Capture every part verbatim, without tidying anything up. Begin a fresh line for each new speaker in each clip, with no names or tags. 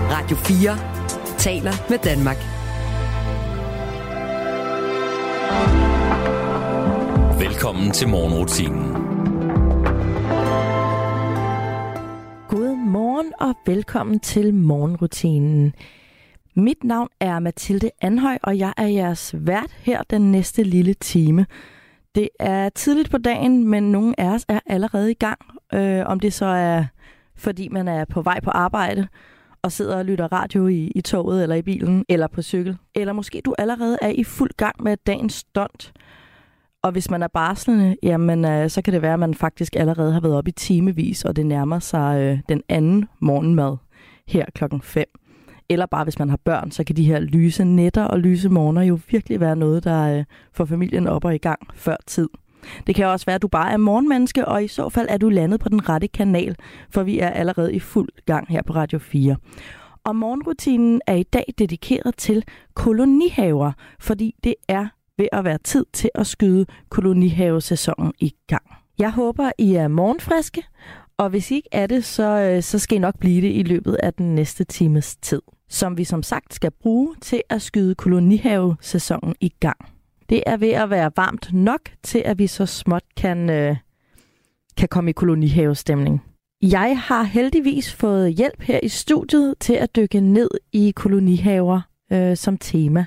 Radio fire taler med Danmark.
Velkommen til morgenrutinen.
God morgen og velkommen til morgenrutinen. Mit navn er Mathilde Anhøj, og jeg er jeres vært her den næste lille time. Det er tidligt på dagen, men nogle af os er allerede i gang. Øh, om det så er, fordi man er på vej på arbejde og sidder og lytter radio i, i toget eller i bilen eller på cykel. Eller måske du allerede er i fuld gang med dagens stunt. Og hvis man er barslende, jamen, øh, så kan det være, at man faktisk allerede har været op i timevis, og det nærmer sig øh, den anden morgenmad her klokken fem. Eller bare hvis man har børn, så kan de her lyse nætter og lyse morgener jo virkelig være noget, der øh, får familien op og i gang før tid. Det kan også være, at du bare er morgenmenneske, og i så fald er du landet på den rette kanal, for vi er allerede i fuld gang her på Radio fire. Og morgenrutinen er i dag dedikeret til kolonihaver, fordi det er ved at være tid til at skyde kolonihavesæsonen i gang. Jeg håber, I er morgenfriske, og hvis I ikke er det, så, så skal I nok blive det i løbet af den næste times tid, som vi som sagt skal bruge til at skyde kolonihavesæsonen i gang. Det er ved at være varmt nok til, at vi så småt kan, øh, kan komme i kolonihavestemning. Jeg har heldigvis fået hjælp her i studiet til at dykke ned i kolonihaver øh, som tema.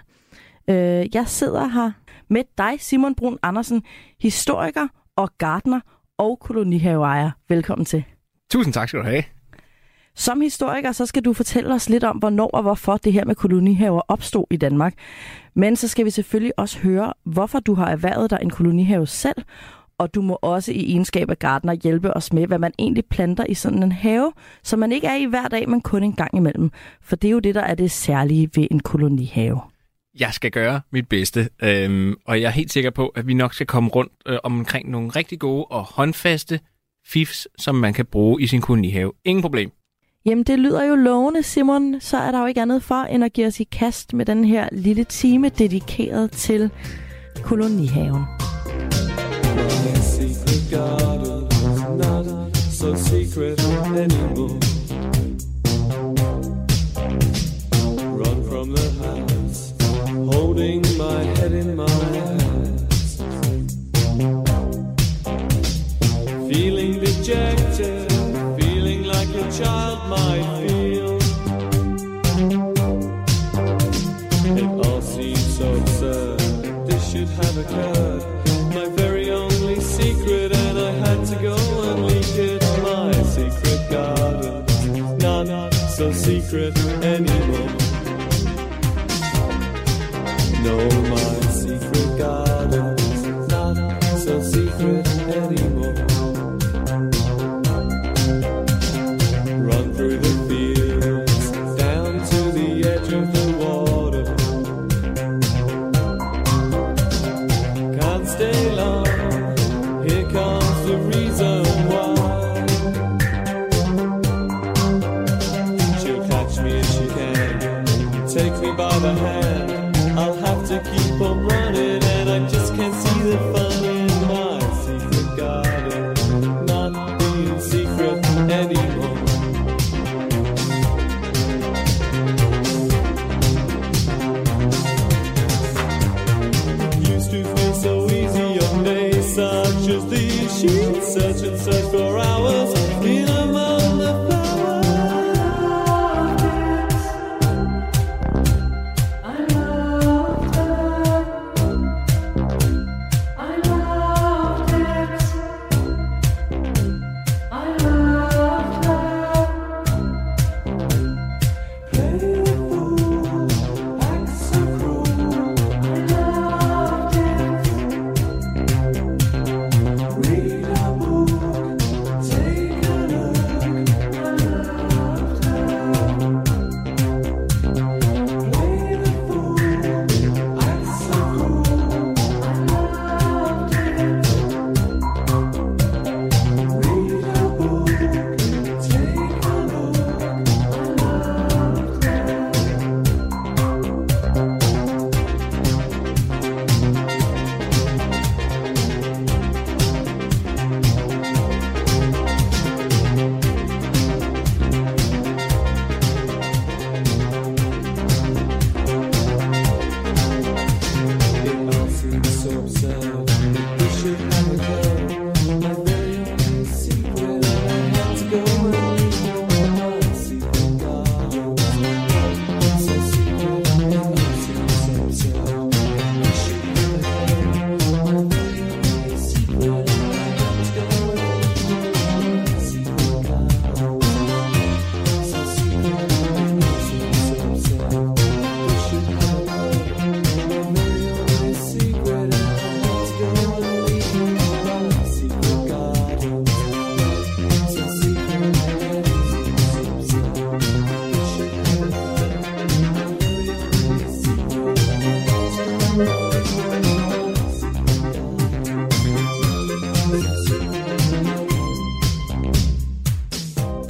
Øh, jeg sidder her med dig, Simon Brun Andersen, historiker og gartner og kolonihaveejer. Velkommen til.
Tusind tak skal du have.
Som historiker, så skal du fortælle os lidt om, hvornår og hvorfor det her med kolonihaver opstod i Danmark. Men så skal vi selvfølgelig også høre, hvorfor du har erhvervet dig en kolonihave selv, og du må også i egenskab af gartner hjælpe os med, hvad man egentlig planter i sådan en have, så man ikke er i hver dag, men kun en gang imellem. For det er jo det, der er det særlige ved en kolonihave.
Jeg skal gøre mit bedste, øhm, og jeg er helt sikker på, at vi nok skal komme rundt øh, omkring nogle rigtig gode og håndfaste fifs, som man kan bruge i sin kolonihave. Ingen problem.
Jamen, det lyder jo lovende, Simon. Så er der jo ikke andet for, end at give os i kast med den her lille time dedikeret til kolonihaven. So secret anymore. Run from the house, holding my head in my hands, feeling dejected, feeling like a child might feel. It all seems so absurd, this should have occurred. My very only secret, and I had to go and leak it. My secret garden, not so secret anymore. No, my secret garden, not so secret anymore. Run through the fields, down to the edge of the water. Can't stay long, here comes the reason why. She'll catch me if she can.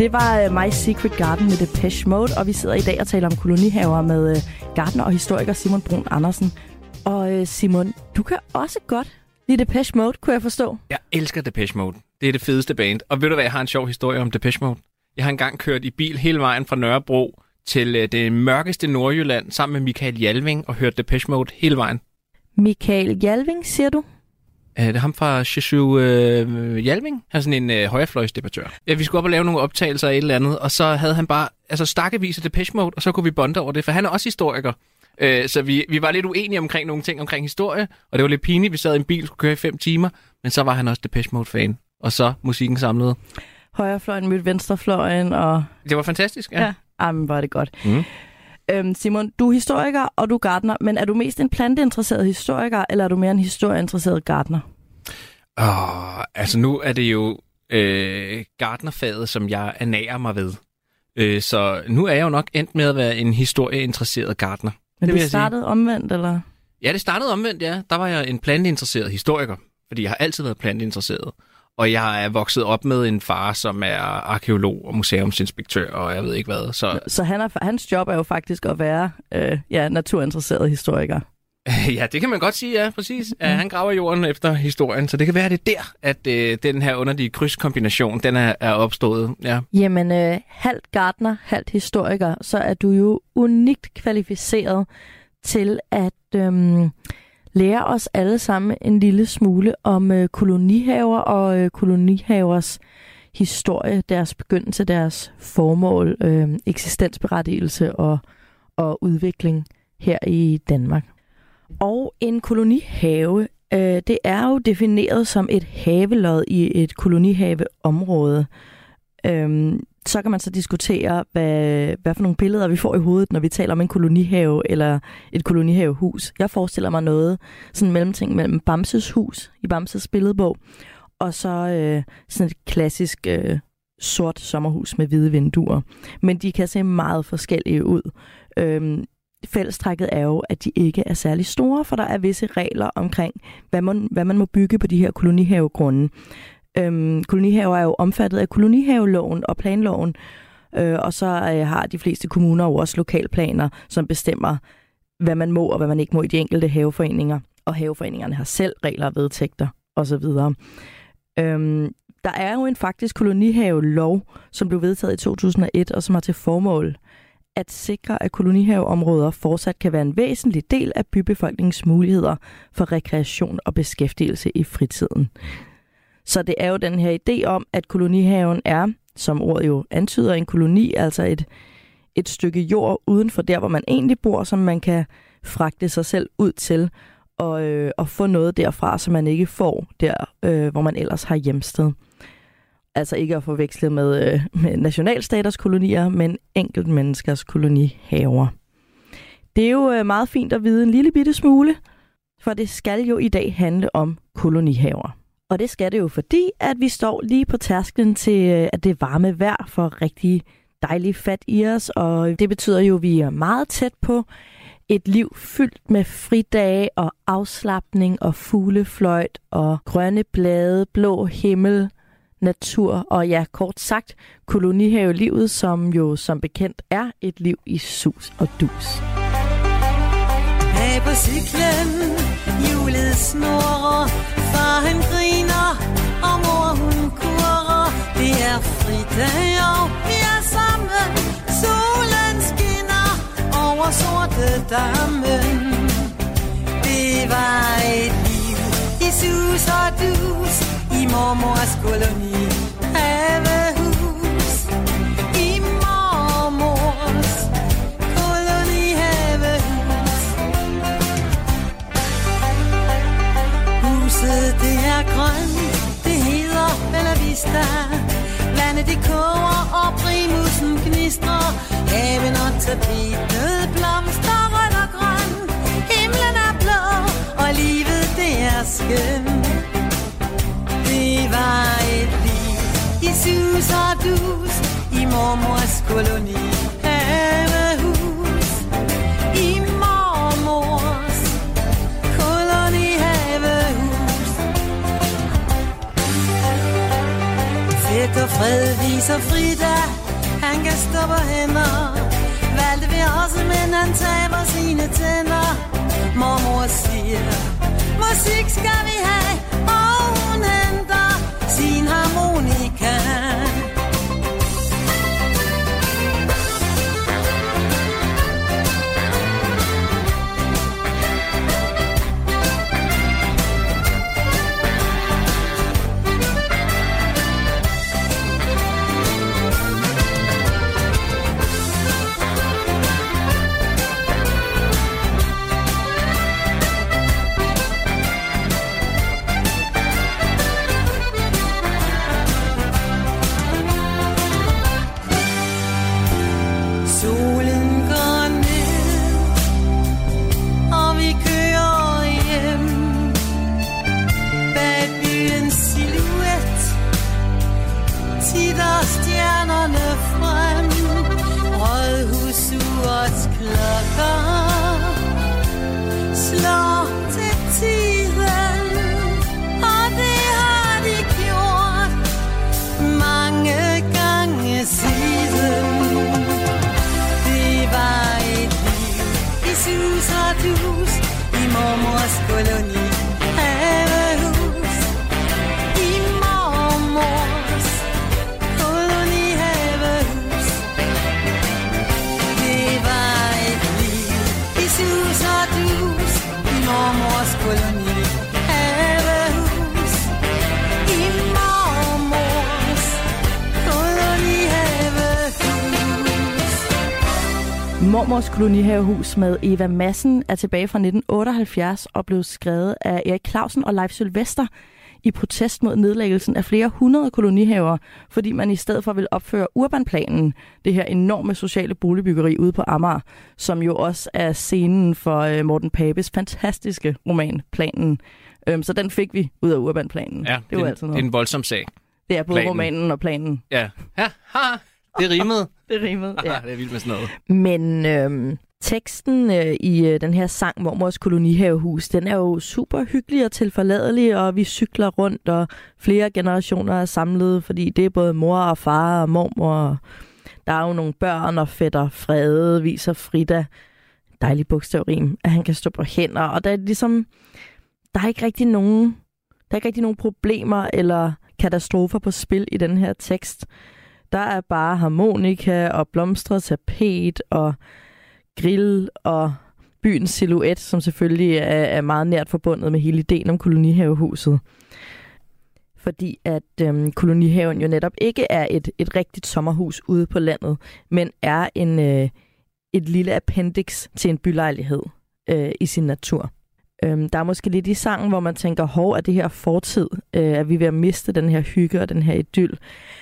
Det var uh, My Secret Garden med Depeche Mode, og vi sidder i dag og taler om kolonihaver med uh, gartner og historiker Simon Brun Andersen. Og uh, Simon, du kan også godt lide Depeche Mode, kunne jeg forstå. Jeg
elsker Depeche Mode. Det er det fedeste band. Og ved du hvad, jeg har en sjov historie om Depeche Mode. Jeg har engang kørt i bil hele vejen fra Nørrebro til uh, det mørkeste Nordjylland sammen med Michael Jalving og hørt Depeche Mode hele vejen.
Michael Jalving, siger du?
Uh, det er ham fra Jesu uh, Jalving. Han er sådan en uh, højrefløjsdebattør. Ja, vi skulle op og lave nogle optagelser af et eller andet, og så havde han bare altså, stakkevis af Depeche Mode, og så kunne vi bonde over det, for han er også historiker. Uh, så vi, vi var lidt uenige omkring nogle ting omkring historie, og det var lidt pinligt. Vi sad i en bil og skulle køre i fem timer, men så var han også Depeche Mode-fan, og så musikken samlede.
Højrefløjen mødte venstrefløjen, og...
Det var fantastisk, ja.
Ja, jamen var det godt. Mm. Øhm, Simon, du er historiker, og du er gartner, men er du mest en planteinteresseret historiker, eller er du mere en historieinteresseret gartner?
Oh, altså nu er det jo øh, gartnerfaget, som jeg ernærer mig ved. Øh, så nu er jeg jo nok endt med at være en historieinteresseret gartner.
Men
det,
det startede omvendt, eller?
Ja, det startede omvendt, ja. Der var jeg en planteinteresseret historiker, fordi jeg har altid været planteinteresseret. Og jeg er vokset op med en far, som er arkeolog og museumsinspektør, og jeg ved ikke hvad. Så,
så han er, hans job er jo faktisk at være øh, ja, naturinteresseret historiker.
Ja, det kan man godt sige, ja, præcis. Ja, han graver jorden efter historien, så det kan være, det der, at øh, den her underlige krydskombination, den er, er opstået. Ja.
Jamen, øh, halvt gartner, halvt historiker, så er du jo unikt kvalificeret til at øh, lære os alle sammen en lille smule om øh, kolonihaver og øh, kolonihavers historie, deres begyndelse, deres formål, øh, eksistensberettigelse og, og udvikling her i Danmark. Og en kolonihave, øh, det er jo defineret som et havelod i et kolonihaveområde. Øhm, så kan man så diskutere, hvad, hvad for nogle billeder vi får i hovedet, når vi taler om en kolonihave eller et kolonihavehus. Jeg forestiller mig noget, sådan en mellemting mellem Bamses hus i Bamses billedbog, og så øh, sådan et klassisk øh, sort sommerhus med hvide vinduer. Men de kan se meget forskellige ud. Øhm, Fællestrækket er jo, at de ikke er særlig store, for der er visse regler omkring, hvad man, hvad man må bygge på de her kolonihavegrunde. Øhm, kolonihaver er jo omfattet af kolonihaveloven og planloven, øh, og så øh, har de fleste kommuner jo også lokalplaner, som bestemmer, hvad man må og hvad man ikke må i de enkelte haveforeninger. Og haveforeningerne har selv regler og vedtægter osv. Øhm, der er jo en faktisk kolonihavelov, som blev vedtaget i to tusind og et, og som har til formål at sikre, at kolonihaveområder fortsat kan være en væsentlig del af bybefolkningens muligheder for rekreation og beskæftigelse i fritiden. Så det er jo den her idé om, at kolonihaven er, som ordet jo antyder, en koloni, altså et, et stykke jord uden for der, hvor man egentlig bor, som man kan fragte sig selv ud til og, øh, og få noget derfra, som man ikke får der, øh, hvor man ellers har hjemsted. Altså ikke at forveksle med, øh, med nationalstaters kolonier, men enkelt menneskers kolonihaver. Det er jo øh, meget fint at vide en lille bitte smule, for det skal jo i dag handle om kolonihaver. Og det skal det jo, fordi at vi står lige på tærsklen til, øh, at det varme vejr får rigtig dejligt fat i os, og det betyder jo, at vi er meget tæt på et liv fyldt med fridage og afslapning og fuglefløjt og grønne blade, blå himmel, natur og ja, kort sagt, kolonihavelivet, som jo som bekendt er et liv i sus og dus.
Bag på cyklen, hjulet snurrer, far han griner, og mor hun kurrer. Det er fridag, og vi er sammen, solen skinner over sorte dammen. Det var et liv i sus og dus, i mormors koloni havehus. I mormors koloni havehus. Huset det er grønt, det hedder Bella Vista. Vandet det koger og primusen gnistrer. Haven og tapetet blomster rødt og grøn. Himlen er blå og livet det er skønt. Det var et liv i sus og dus, i mormors koloni havehus. I mormors koloni havehus. Fedt og fred viser Frida gæster på hænder. Valgte vi også, men han taber sine tænder. Mormor siger, musik skal vi have, og hun henter sin harmonika.
Mormors kolonihavehus med Eva Madsen er tilbage fra nitten otteoghalvfjerds og blev skrevet af Erik Clausen og Leif Sylvester i protest mod nedlæggelsen af flere hundrede kolonihaver, fordi man i stedet for vil opføre Urbanplanen, det her enorme sociale boligbyggeri ude på Amager, som jo også er scenen for Morten Papes fantastiske roman Planen. Så den fik vi ud af Urbanplanen.
Ja, det, det, er, det er en voldsom sag.
Det er både planen. Romanen og planen.
Ja, ja. Ha. Det rimede.
Det rimede, ja.
Det er vildt med sådan noget.
Men øhm, teksten øh, i øh, den her sang, Mormors kolonihavehus, den er jo super hyggelig og tilforladelig, og vi cykler rundt, og flere generationer er samlet, fordi det er både mor og far og mormor. Der er jo nogle børn og fætter. Frede viser Frida, dejlig bogstavrim, at han kan stå på hænder, og der er ligesom, der er ikke rigtig nogen, der er ikke rigtig nogen problemer eller katastrofer på spil i den her tekst. Der er bare harmonika og blomstret tapet og grill og byens silhuet, som selvfølgelig er, er meget nært forbundet med hele ideen om kolonihavehuset. Fordi at øhm, kolonihaven jo netop ikke er et, et rigtigt sommerhus ude på landet, men er en, øh, et lille appendix til en bylejlighed øh, i sin natur. Øhm, der er måske lidt i sangen, hvor man tænker, hov, er det her fortid? Øh, er vi ved at miste den her hygge og den her idyll?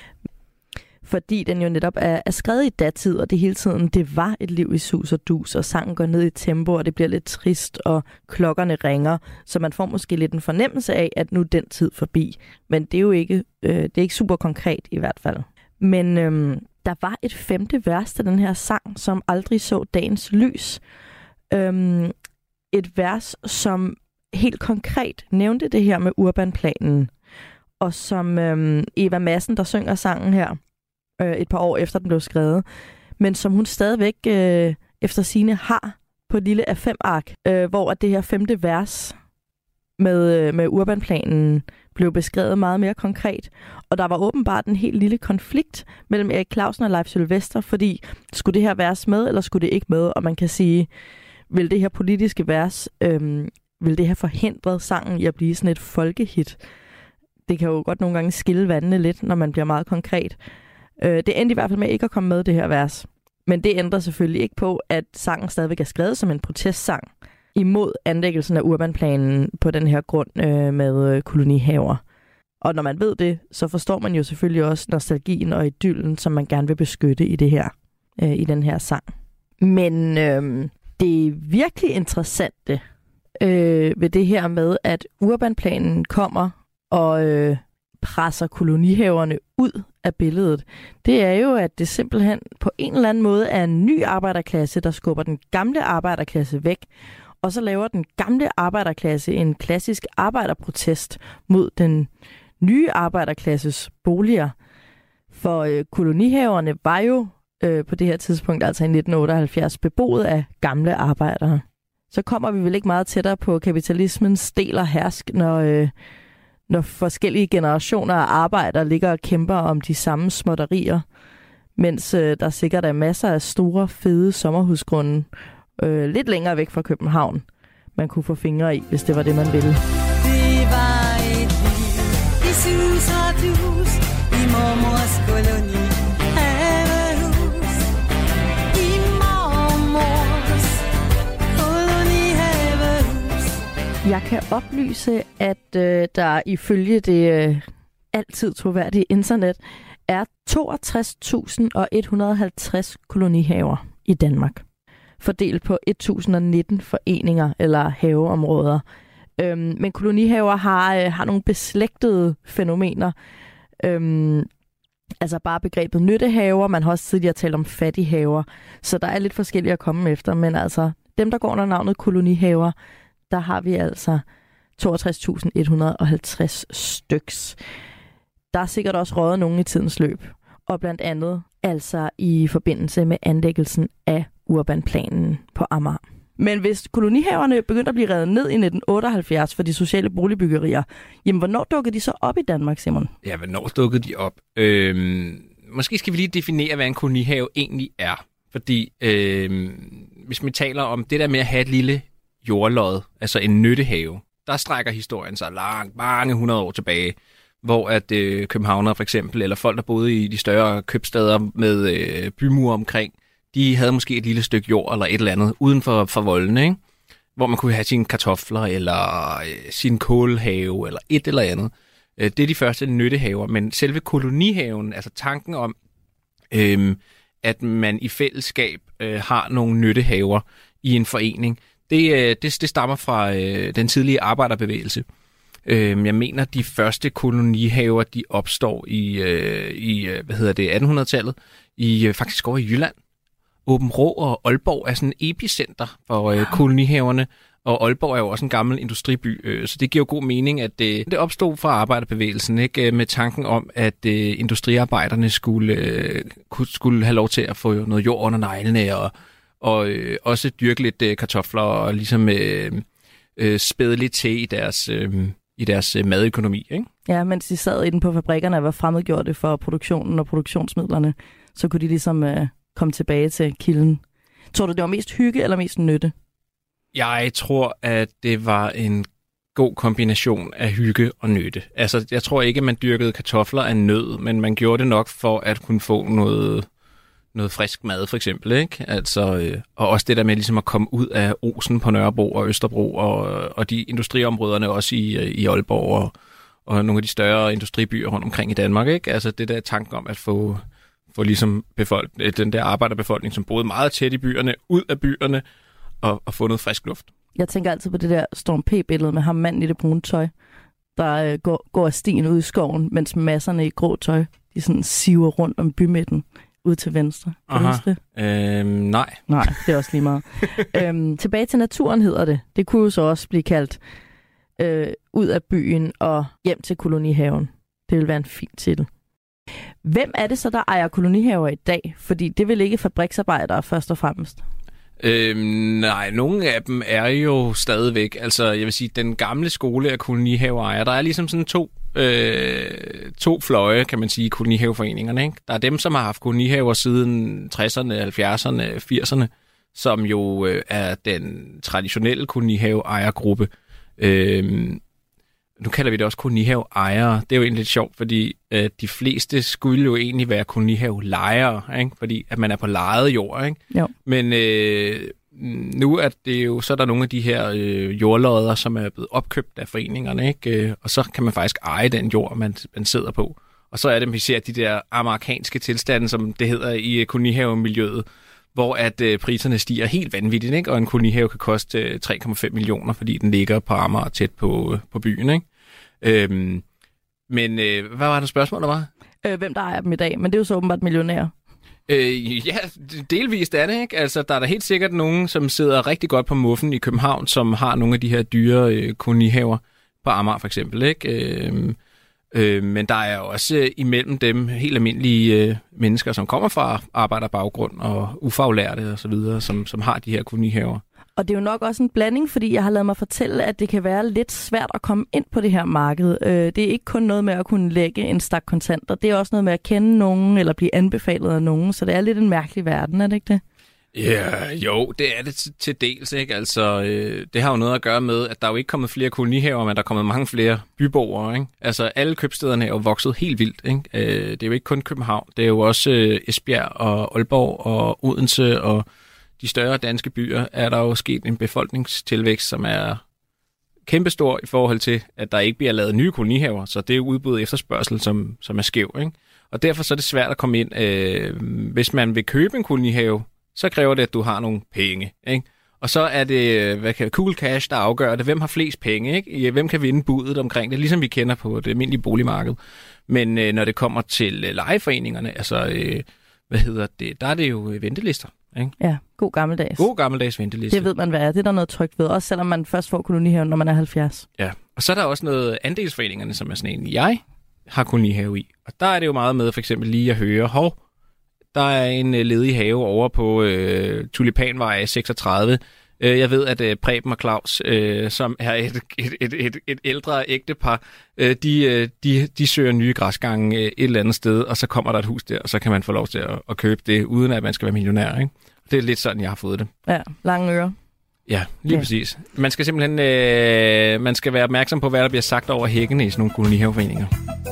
Fordi den jo netop er, er skrevet i datid, og det hele tiden, det var et liv i sus og dus, og sangen går ned i tempo, og det bliver lidt trist, og klokkerne ringer, så man får måske lidt en fornemmelse af, at nu er den tid forbi. Men det er jo ikke, øh, det er ikke super konkret i hvert fald. Men øh, der var et femte vers til den her sang, som aldrig så dagens lys. Øh, et vers, som helt konkret nævnte det her med Urbanplanen, og som øh, Eva Madsen, der synger sangen her, et par år efter den blev skrevet, men som hun stadigvæk øh, efter sine har på et lille A fem ark, øh, hvor det her femte vers med, øh, med Urbanplanen blev beskrevet meget mere konkret. Og der var åbenbart en helt lille konflikt mellem Erik Clausen og Leif Sylvester, fordi skulle det her vers med, eller skulle det ikke med? Og man kan sige, vil det her politiske vers, øh, vil det have forhindret sangen i at blive sådan et folkehit? Det kan jo godt nogle gange skille vandene lidt, når man bliver meget konkret. Det endte i hvert fald med ikke at komme med det her vers. Men det ændrer selvfølgelig ikke på, at sangen stadigvæk er skrevet som en protestsang imod anlæggelsen af Urbanplanen på den her grund øh, med øh, kolonihaver. Og når man ved det, så forstår man jo selvfølgelig også nostalgien og idyllen, som man gerne vil beskytte i det her, øh, i den her sang. Men øh, det virkelig interessante øh, ved det her med, at Urbanplanen kommer og øh, presser kolonihaverne ud af billedet, det er jo, at det simpelthen på en eller anden måde er en ny arbejderklasse, der skubber den gamle arbejderklasse væk, og så laver den gamle arbejderklasse en klassisk arbejderprotest mod den nye arbejderklasses boliger. For øh, kolonihaverne var jo øh, på det her tidspunkt, altså i nitten otteoghalvfjerds, beboet af gamle arbejdere. Så kommer vi vel ikke meget tættere på kapitalismens del og hersk, når, øh, når forskellige generationer af arbejdere ligger og kæmper om de samme småtterier, mens øh, der sikkert er masser af store, fede sommerhusgrunde øh, lidt længere væk fra København, man kunne få fingre i, hvis det var det, man ville.
Det var et liv i sus og dus, i mormors koloni havehus. I mormors koloni havehus.
Jeg kan oplyse, at øh, der ifølge det øh, altid troværdige internet er toogtres tusind et hundrede og halvtreds kolonihaver i Danmark, fordelt på et tusind og nitten foreninger eller haveområder. Øhm, men kolonihaver har, øh, har nogle beslægtede fænomener. Øhm, altså bare begrebet nyttehaver, man har også tidligere talt om fattighaver, så der er lidt forskellige at komme efter, men altså dem, der går under navnet kolonihaver, der har vi altså toogtres tusind et hundrede og halvtreds styks. Der er sikkert også røget nogen i tidens løb, og blandt andet altså i forbindelse med anlæggelsen af urbanplanen på Amager. Men hvis kolonihaverne begyndte at blive revet ned i nitten otteoghalvfjerds for de sociale boligbyggerier, jamen hvornår dukkede de så op i Danmark, Simon?
Ja, hvornår dukkede de op? Øhm, måske skal vi lige definere, hvad en kolonihave egentlig er. Fordi øhm, hvis vi taler om det der med at have et lille jordlod, altså en nyttehave, der strækker historien sig langt, mange hundrede år tilbage, hvor at øh, københavnere for eksempel, eller folk, der boede i de større købsteder med øh, bymure omkring, de havde måske et lille stykke jord eller et eller andet uden for, for voldene, ikke? Hvor man kunne have sine kartofler eller øh, sin kålhave eller et eller andet. Øh, det er de første nyttehaver, men selve kolonihaven, altså tanken om, øh, at man i fællesskab øh, har nogle nyttehaver i en forening, det, øh, det, det stammer fra øh, den tidlige arbejderbevægelse. Øh, jeg mener, de første kolonihaver, de opstår i, øh, i hvad hedder det, attenhundredetallet, i øh, faktisk over i Jylland. Aabenraa og Aalborg er sådan en epicenter for øh, kolonihaverne, og Aalborg er jo også en gammel industriby, øh, så det giver jo god mening, at øh, det opstod fra arbejderbevægelsen, ikke, med tanken om, at øh, industriarbejderne skulle, øh, skulle have lov til at få noget jord under neglene, og, og øh, også dyrke lidt øh, kartofler, og ligesom øh, øh, spæde lidt til i deres, øh, i deres øh, madøkonomi. Ikke?
Ja, mens de sad inde på fabrikkerne og var fremmedgjorte for produktionen og produktionsmidlerne, så kunne de ligesom øh, komme tilbage til kilden. Tror du, det var mest hygge eller mest nytte?
Jeg tror, at det var en god kombination af hygge og nytte. Altså, jeg tror ikke, at man dyrkede kartofler af nød, men man gjorde det nok for at kunne få noget, noget frisk mad, for eksempel. Ikke? Altså, øh, og også det der med ligesom at komme ud af Osen på Nørrebro og Østerbro, og, og de industriområderne også i, i Aalborg, og, og nogle af de større industribyer rundt omkring i Danmark. Ikke? Altså, det der tanke om at få, få ligesom befolk- den der arbejderbefolkning, som boede meget tæt i byerne, ud af byerne, og, og få noget frisk luft. Jeg
tænker altid på det der Storm P-billede med ham manden i det brune tøj, der øh, går, går af stien ud i skoven, mens masserne i grå tøj, de sådan siver rundt om bymidten ud til venstre. Kan du huske det?
Øhm, nej.
Nej, det er også lige meget. øhm, tilbage til naturen hedder det. Det kunne jo så også blive kaldt øh, ud af byen og hjem til kolonihaven. Det vil være en fin titel. Hvem er det så, der ejer kolonihaver i dag? Fordi det vil ikke fabriksarbejdere først og fremmest.
Øhm, nej, nogle af dem er jo stadigvæk, altså jeg vil sige, den gamle skole af kolonihaveejere, der er ligesom sådan to, øh, to fløje, kan man sige, i kolonihaveforeningerne, ikke? Der er dem, som har haft kolonihaver siden tresserne, halvfjerdserne, firserne, som jo øh, er den traditionelle kolonihaveejergruppe. Øhm, nu kalder vi det også kolonihaveejere. Det er jo egentlig lidt sjovt, fordi øh, de fleste skulle jo egentlig være kolonihavelejere, ikke? Fordi at man er på lejet jord, ikke?
Jo.
Men øh, nu er det jo, så er der nogle af de her øh, jordlodder, som er blevet opkøbt af foreningerne, ikke? Og så kan man faktisk eje den jord, man, man sidder på. Og så er det, vi ser de der amerikanske tilstande, som det hedder i kolonihavemiljøet, hvor at øh, priserne stiger helt vanvittigt, ikke? Og en kolonihave kan koste øh, tre komma fem millioner, fordi den ligger på Amager tæt på, øh, på byen, ikke? Øhm, men øh, hvad var det spørgsmål, der var?
Øh, hvem der ejer dem i dag, men det er jo så åbenbart millionærer.
Øh, ja, delvist er det, ikke? Altså, der er der helt sikkert nogen, som sidder rigtig godt på muffen i København, som har nogle af de her dyre øh, kolonihaver på Amager, for eksempel, ikke? Øh, Øh, men der er også øh, imellem dem helt almindelige øh, mennesker, som kommer fra arbejderbaggrund og ufaglærte og så videre, som, som har de her kolonihaver.
Og det er jo nok også en blanding, fordi jeg har ladet mig fortælle, at det kan være lidt svært at komme ind på det her marked. Øh, det er ikke kun noget med at kunne lægge en stak kontanter. Det er også noget med at kende nogen eller blive anbefalet af nogen. Så det er lidt en mærkelig verden, er det ikke det?
Ja, yeah, jo, det er det til, til dels, ikke? Altså, øh, det har jo noget at gøre med, at der er jo ikke kommet flere kolonihaver, men der er kommet mange flere byboere, ikke? Altså, alle købstederne er jo vokset helt vildt, ikke? Øh, det er jo ikke kun København, det er jo også øh, Esbjerg og Aalborg og Odense og de større danske byer, er der jo sket en befolkningstilvækst, som er kæmpestor i forhold til, at der ikke bliver lavet nye kolonihaver, så det er jo udbud og efterspørgsel, som, som er skæv, ikke? Og derfor så er det svært at komme ind. Øh, hvis man vil købe en kolonihave, så kræver det, at du har nogle penge, ikke? Og så er det, hvad kan cool cash, der afgør det. Hvem har flest penge, ikke? Hvem kan vinde budet omkring det, ligesom vi kender på det almindelige boligmarked. Men øh, når det kommer til øh, lejeforeningerne, altså, øh, hvad hedder det, der er det jo ventelister, ikke?
Ja, god gammeldags.
God gammeldags venteliste.
Det ved man, hvad er. Det er der noget trygt ved, også selvom man først får kolonihaven, når man er halvfjerds.
Ja, og så er der også noget andelsforeningerne, som er sådan en, jeg har kolonihave i. Og der er det jo meget med for eksempel lige at høre, hov, der er en ledig have over på øh, Tulipanvej seksogtredive. Øh, jeg ved, at øh, Preben og Claus, øh, som er et, et, et, et, et ældre ægtepar, øh, de, øh, de, de søger nye græsgange øh, et eller andet sted, og så kommer der et hus der, og så kan man få lov til at, at købe det, uden at man skal være millionær, ikke? Det er lidt sådan, jeg har fået det.
Ja, lange ører.
Ja, lige ja. Præcis. Man skal simpelthen øh, man skal være opmærksom på, hvad der bliver sagt over hækkene i sådan nogle kolonihaveforeninger.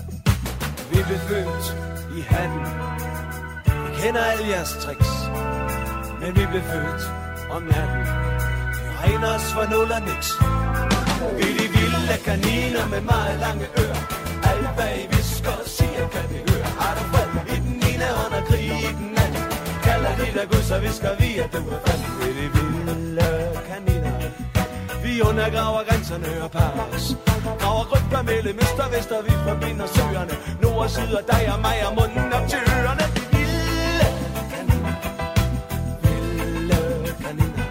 Vi blev født i hatten. Vi kender alle jeres tricks. Men vi blev født om natten. Vi regner os for nul og niks. Vi er de vilde kaniner med meget lange ører. Alt hvad I visker og siger, kan vi høre. Har du fred i den ene hånd og krig i den anden? Kalder de der Gud, så visker vi, at du er fald. Vi er de vilde kaniner. Vi undergraver grænserne og pares. Graver rygter mellem øst og vest, og vi forbinder søerne. Nord og syd og dig og mig og munden op til ørerne. De vilde kaniner. Vilde kaniner.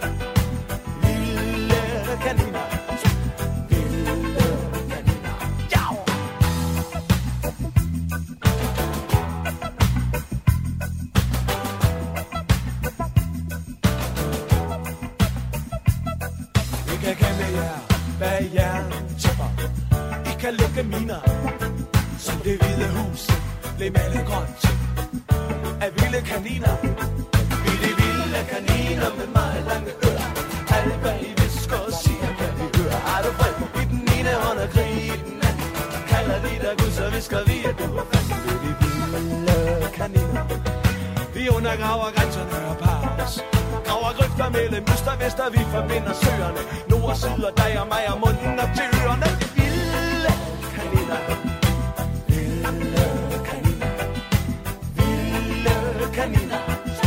Vilde kaniner. Vilde kaniner. Ja! Vi kan kæmpe jer bag jerntæpper. I kan lukke miner, som det hvide hus blev malet grønt af vilde kaniner. Vi er de vilde kaniner med meget lange ører. Alt hvad I visker og siger, kan vi høre. Har du fred i den ene hånd og krig i den anden? Kalder de der Gud, så visker vi, at du er fast. Vi er de vilde kaniner. Vi undergraver grænserne og pares. Graver grøfter mellem øst og vest, og vi forbinder søerne. Nord og syd og dig og mig og munden op til ørerne. De vilde kaniner. Vilde kaniner. Vilde kaniner.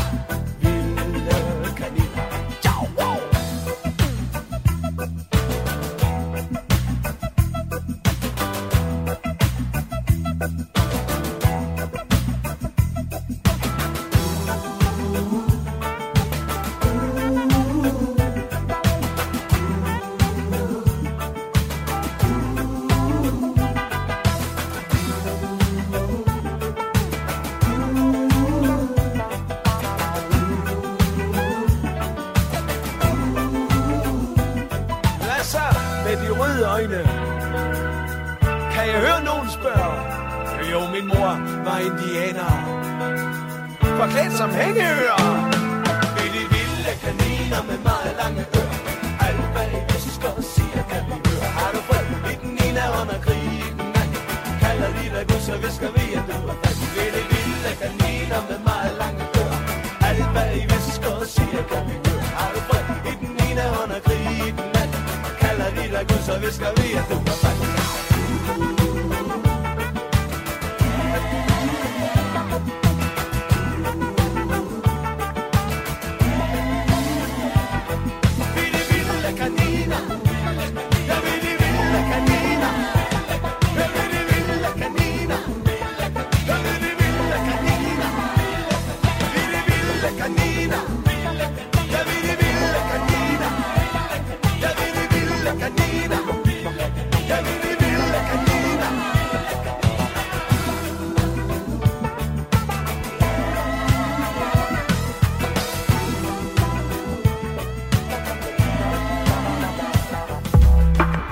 Vilde kaniner. Ciao, wow! Kan jeg høre nogen spørge? Jo, min mor var indianer, forklædt som hængeører. Vi er de vilde kaniner med meget lange ører. Alt hvad I visker og siger, kan vi høre. Har du fred i den ene hånd og krig i den anden? Kalder de dig Gud, så visker vi, at du er fast. Vi er de vilde kaniner med meget lange ører. Alt hvad I visker og siger, kan vi høre. Har du fred i den ene hånd og krig i den anden? Kalder de dig Gud, så visker vi, at du er fast. Jeg vil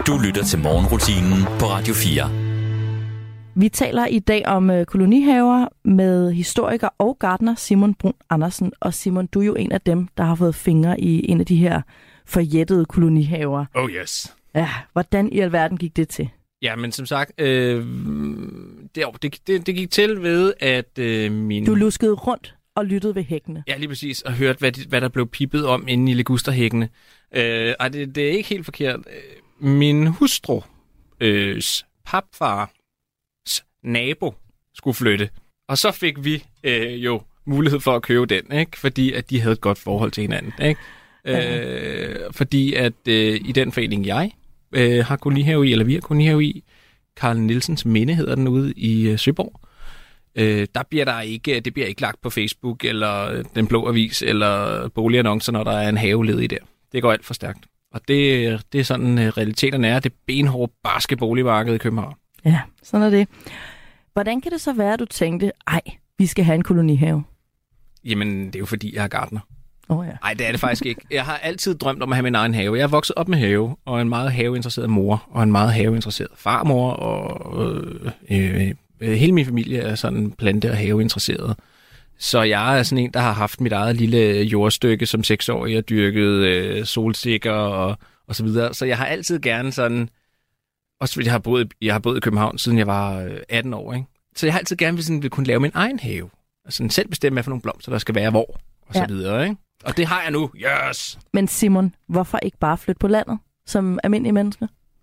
Du lytter til morgenrutinen på Radio fire.
Vi taler i dag om øh, kolonihaver med historiker og gartner Simon Brun Andersen. Og Simon, du er jo en af dem, der har fået fingre i en af de her forjættede kolonihaver.
Oh yes.
Ja, hvordan i alverden gik det til?
Ja, men som sagt, øh, det, det, det, det gik til ved, at øh, min...
Du luskede rundt og lyttede ved hækkene.
Ja, lige præcis, og hørte, hvad, hvad der blev pippet om inde i ligusterhækkene. Øh, ej, det, det er ikke helt forkert. Min hustru, øh, papfars nabo, skulle flytte. Og så fik vi øh, jo mulighed for at købe den, ikke? Fordi at de havde et godt forhold til hinanden. Ikke? Ja. Øh, fordi at øh, i den forening, jeg øh, har kolonihave i, eller vi har kolonihave i, Karl Nielsens Minde hedder den ude i øh, Søborg. Øh, der bliver der ikke, det bliver ikke lagt på Facebook, eller Den Blå Avis, eller boligannoncer, når der er en have ledig der. Det går alt for stærkt. Og det, det er sådan, realiteterne er, det benhårde, barske boligmarked i København.
Ja, sådan er det. Hvordan kan det så være, at du tænkte, ej, vi skal have en kolonihave?
Jamen, det er jo fordi, jeg er gartner.
Åh oh, ja.
Nej, det er det faktisk ikke. Jeg har altid drømt om at have min egen have. Jeg er vokset op med have, og en meget haveinteresseret mor, og en meget haveinteresseret farmor, og øh, øh, øh, hele min familie er sådan plante- og haveinteresseret. Så jeg er sådan en, der har haft mit eget lille jordstykke som seksårig og dyrket øh, solsikker og, og så videre. Så jeg har altid gerne sådan, også fordi jeg har boet, jeg har boet i København, siden jeg var atten år, ikke? Så jeg har altid gerne vil, sådan, vil kunne lave min egen have. Altså selv bestemme, hvad for nogle blomster, der skal være hvor, og så ja. videre, ikke? Og det har jeg nu, yes!
Men Simon, hvorfor ikke bare flytte på landet, som almindelige mennesker?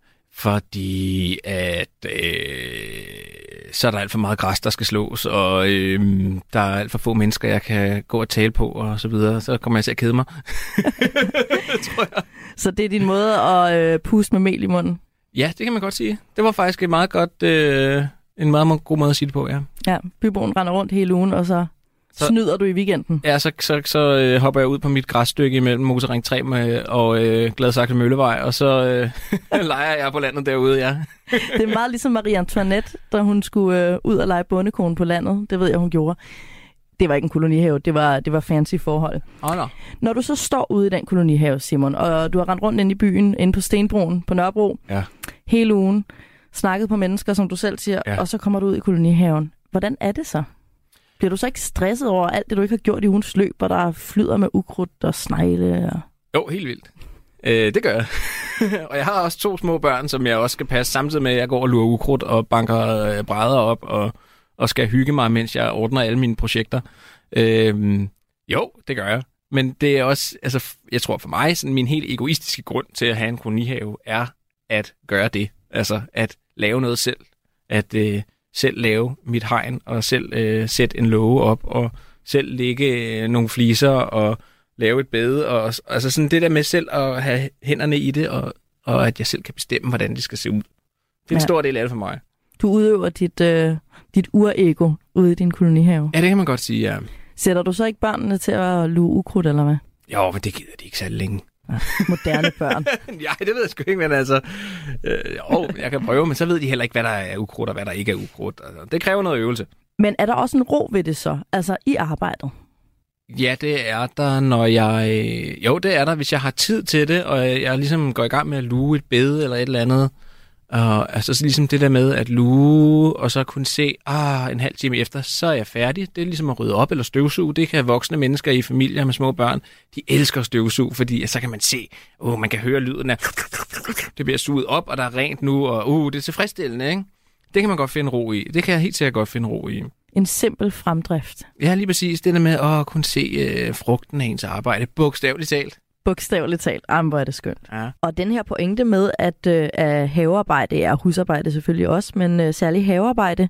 Fordi at øh, så er der alt for meget græs, der skal slås, og øh, der er alt for få mennesker, jeg kan gå og tale på, og så videre. Så kommer jeg til at kede mig, tror jeg.
Så det er din måde at øh, puste med mel i munden?
Ja, det kan man godt sige. Det var faktisk et meget godt, øh, en meget god måde at sige det på, ja.
Ja, byboen render rundt hele ugen, og så, så snyder du i weekenden.
Ja, så, så, så øh, hopper jeg ud på mit græsstykke imellem Motorring tre med, og øh, Gladsaxe Møllevej, og så øh, leger jeg på landet derude, ja.
Det er meget ligesom Marie Antoinette, da hun skulle øh, ud og lege bondekone på landet. Det ved jeg, hun gjorde. Det var ikke en kolonihave, det var, det var fancy forhold.
Oh, no.
Når du så står ude i den kolonihave, Simon, og du har rendt rundt inde i byen, inde på Stenbroen på Nørrebro,
ja.
hele ugen, snakket på mennesker, som du selv siger, ja. og så kommer du ud i kolonihaven. Hvordan er det så? Bliver du så ikke stresset over alt det, du ikke har gjort i ugens løb, hvor der flyder med ukrudt og snegle? Og...
Jo, helt vildt. Øh, det gør jeg. Og jeg har også to små børn, som jeg også skal passe, samtidig med, at jeg går og lurer ukrudt og banker øh, brædder op og, og skal hygge mig, mens jeg ordner alle mine projekter. Øh, jo, det gør jeg. Men det er også, altså, jeg tror for mig, sådan min helt egoistiske grund til at have en kolonihave, er at gøre det. Altså, at lave noget selv. At øh, selv lave mit hegn, og selv øh, sætte en låge op, og selv lægge øh, nogle fliser, og lave et bede. Og, altså sådan det der med selv at have hænderne i det, og, og at jeg selv kan bestemme, hvordan det skal se ud. Det er en ja. stor del af det for mig. Du
udøver dit, øh, dit urego ude i din kolonihave.
Ja, det kan man godt sige, ja.
Sætter du så ikke børnene til at luge ukrudt, eller hvad?
Jo, men det gider de ikke særlig længe.
Ja, moderne børn.
Ja, det ved jeg sgu ikke, men altså... Øh, jo, jeg kan prøve, men så ved de heller ikke, hvad der er ukrudt, og hvad der ikke er ukrudt. Altså, det kræver noget øvelse.
Men er der også en ro ved det så? Altså i arbejdet?
Ja, det er der, når jeg... Jo, det er der, hvis jeg har tid til det, og jeg ligesom går i gang med at luge et bede eller et eller andet. Og altså så ligesom det der med at luge, og så kunne se, ah, en halv time efter, så er jeg færdig. Det er ligesom at rydde op eller støvsuge. Det kan voksne mennesker i familier med små børn. De elsker at støvsuge, fordi så kan man se, oh, man kan høre lyden af, det bliver suget op, og der er rent nu, og uh, det er tilfredsstillende, ikke? Det kan man godt finde ro i. Det kan jeg helt sikkert godt finde ro i.
En simpel fremdrift.
Ja, lige præcis. Det der med at kunne se øh, frugten af ens arbejde, bogstaveligt talt.
Bogstaveligt talt. Jamen, hvor er det skønt.
Ja.
Og den her pointe med, at øh, havearbejde er husarbejde selvfølgelig også, men øh, særligt havearbejde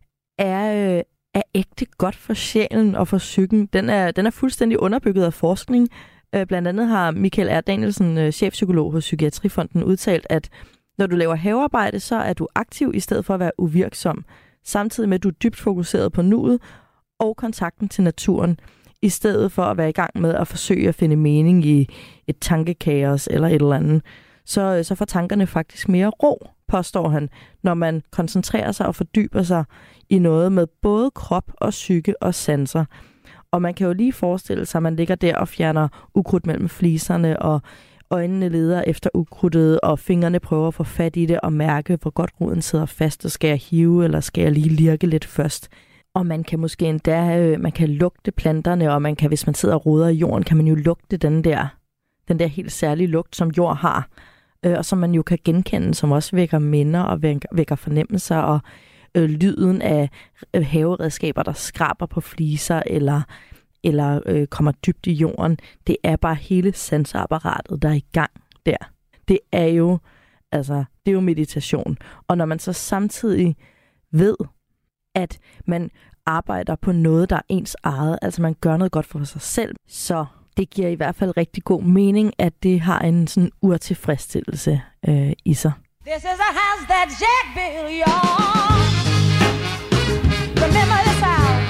er, øh, er ægte godt for sjælen og for psyken. Den er, den er fuldstændig underbygget af forskning. Øh, blandt andet har Michael R. Danielsen, øh, chefpsykolog hos Psykiatrifonden, udtalt, at når du laver havearbejde, så er du aktiv i stedet for at være uvirksom. Samtidig med, at du er dybt fokuseret på nuet og kontakten til naturen, i stedet for at være i gang med at forsøge at finde mening i et tankekaos eller et eller andet. Så, så får tankerne faktisk mere ro, påstår han, når man koncentrerer sig og fordyber sig i noget med både krop og psyke og sanser. Og man kan jo lige forestille sig, at man ligger der og fjerner ukrudt mellem fliserne og, øjnene leder efter ukrudtet, og fingrene prøver at få fat i det og mærke, hvor godt roden sidder fast, og skal jeg hive, eller skal jeg lige lirke lidt først. Og man kan måske endda, øh, man kan lugte planterne, og man kan, hvis man sidder og roder i jorden, kan man jo lugte den der, den der helt særlige lugt, som jord har, øh, og som man jo kan genkende, som også vækker minder og vækker, vækker fornemmelser, og øh, lyden af øh, haveredskaber, der skraber på fliser, eller, eller øh, kommer dybt i jorden. Det er bare hele sanseapparatet, der er i gang der. Det er jo, altså, det er jo meditation. Og når man så samtidig ved, at man arbejder på noget, der er ens eget, altså man gør noget godt for sig selv, så det giver i hvert fald rigtig god mening, at det har en sådan urtilfredsstillelse øh, i sig.
This is a house that Jack built, y'all. Remember this house.